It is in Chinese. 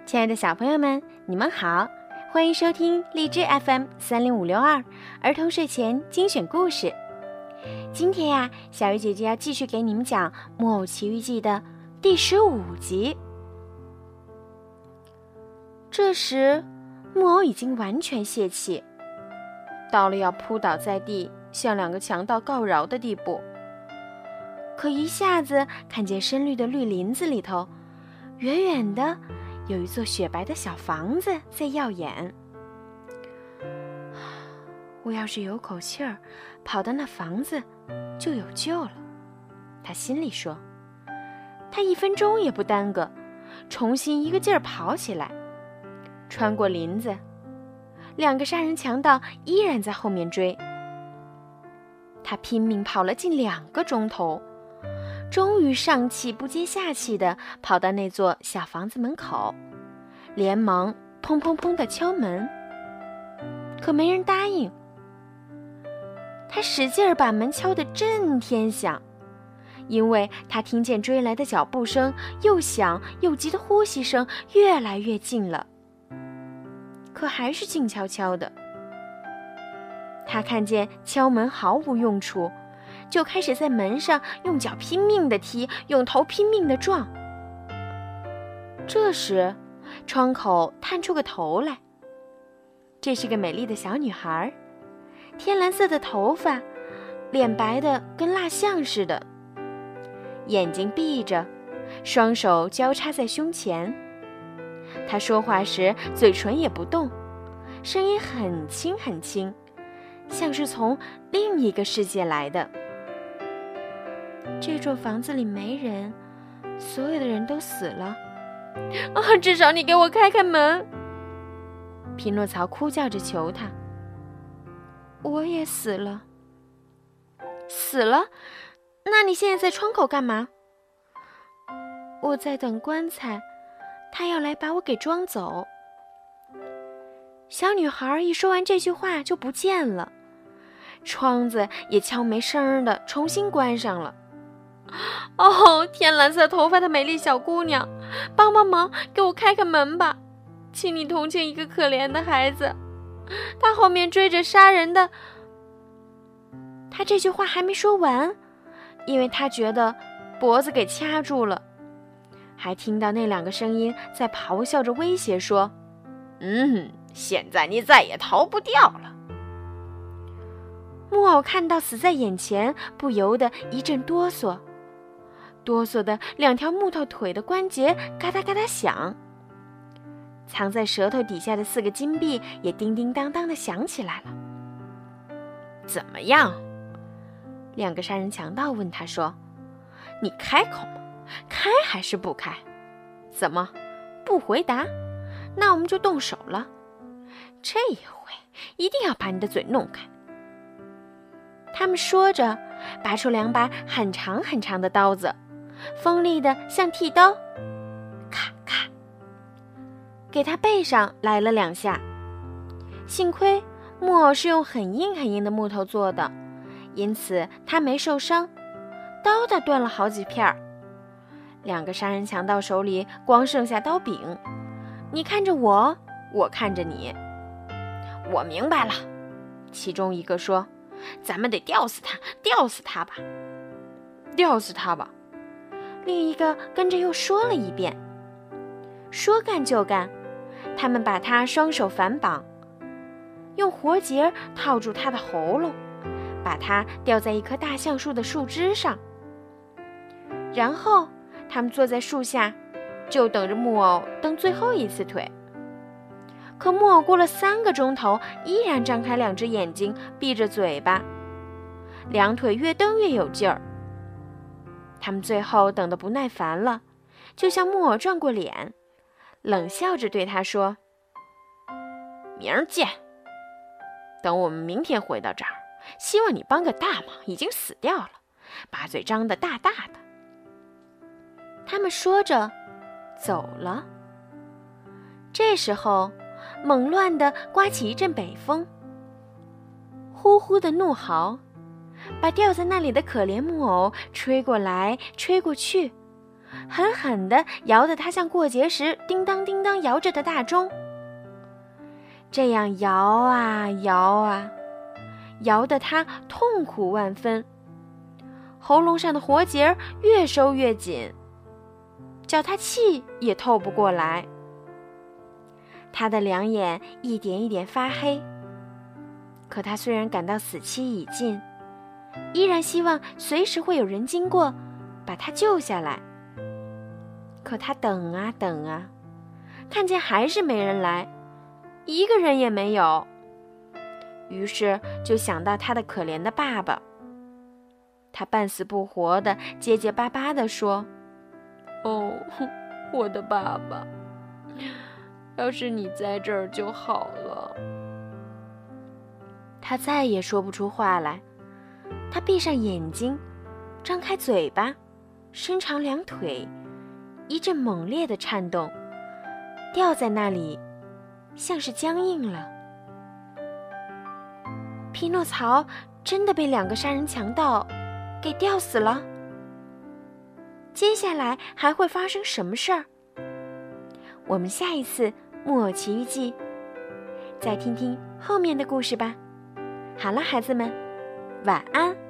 亲爱的小朋友们，你们好，欢迎收听荔枝 FM30562儿童睡前精选故事。今天呀，小鱼姐姐要继续给你们讲《木偶奇遇记》的第15集。这时，木偶已经完全泄气，到了要扑倒在地，向两个强盗告饶的地步。可一下子看见深绿的绿林子里头，远远的有一座雪白的小房子在耀眼。我要是有口气儿，跑到那房子就有救了，他心里说。他1分钟也不耽搁，重新一个劲儿跑起来，穿过林子，两个杀人强盗依然在后面追。他拼命跑了近2个钟头，终于上气不接下气地跑到那座小房子门口，连忙砰砰砰地敲门，可没人答应。他使劲儿把门敲得震天响，因为他听见追来的脚步声又响又急的呼吸声越来越近了，可还是静悄悄的。他看见敲门毫无用处，就开始在门上用脚拼命地踢，用头拼命地撞。这时，窗口探出个头来，这是个美丽的小女孩，天蓝色的头发，脸白得跟蜡像似的，眼睛闭着，双手交叉在胸前。她说话时嘴唇也不动，声音很轻很轻，像是从另一个世界来的。这座房子里没人，所有的人都死了。至少你给我开开门！匹诺曹哭叫着求他。我也死了。死了？那你现在在窗口干嘛？我在等棺材，他要来把我给装走。小女孩一说完这句话就不见了，窗子也悄没声的重新关上了。天蓝色头发的美丽小姑娘，帮帮忙，给我开开门吧，请你同情一个可怜的孩子，他后面追着杀人的。他这句话还没说完，因为他觉得脖子给掐住了，还听到那2个声音在咆哮着威胁说，现在你再也逃不掉了。木偶看到死在眼前，不由得一阵哆嗦，哆嗦的2条木头腿的关节嘎哒嘎哒响，藏在舌头底下的4个金币也叮叮当当地响起来了。怎么样？2个杀人强盗问他说，你开口吗？开还是不开？怎么不回答？那我们就动手了，这一回一定要把你的嘴弄开。他们说着，拔出2把很长很长的刀子，锋利的像剃刀，咔咔，给他背上来了2下。幸亏木偶是用很硬很硬的木头做的，因此他没受伤，刀他断了好几片。2个杀人强盗手里光剩下刀柄，你看着我，我看着你。我明白了，其中一个说，咱们得吊死他，吊死他吧，吊死他吧。另一个跟着又说了一遍。说干就干，他们把他双手反绑，用活结套住他的喉咙，把他吊在一棵大橡树的树枝上，然后他们坐在树下，就等着木偶蹬最后一次腿。可木偶过了3个钟头，依然张开2只眼睛，闭着嘴巴，2腿越蹬越有劲儿。他们最后等得不耐烦了，就向木偶转过脸，冷笑着对他说，明儿见。等我们明天回到这儿，希望你帮个大忙，已经死掉了，把嘴张得大大的。他们说着走了。这时候猛乱地刮起一阵北风，呼呼的怒嚎，把吊在那里的可怜木偶吹过来吹过去， 狠狠地摇得它像过节时叮当叮当摇着的大钟。这样摇啊摇啊，摇得它痛苦万分，喉咙上的活结越收越紧，叫它气也透不过来。他的两眼一点一点发黑，可他虽然感到死期已近，依然希望随时会有人经过，把他救下来。可他等啊等啊，看见还是没人来，一个人也没有。于是就想到他的可怜的爸爸。他半死不活的结结巴巴地说：“哦，我的爸爸，要是你在这儿就好了。”他再也说不出话来。他闭上眼睛，张开嘴巴，伸长两腿，一阵猛烈的颤动，吊在那里，像是僵硬了。匹诺曹真的被2个杀人强盗给吊死了。接下来还会发生什么事儿？我们下一次《木偶奇遇记》再听听后面的故事吧。好了，孩子们，晚安。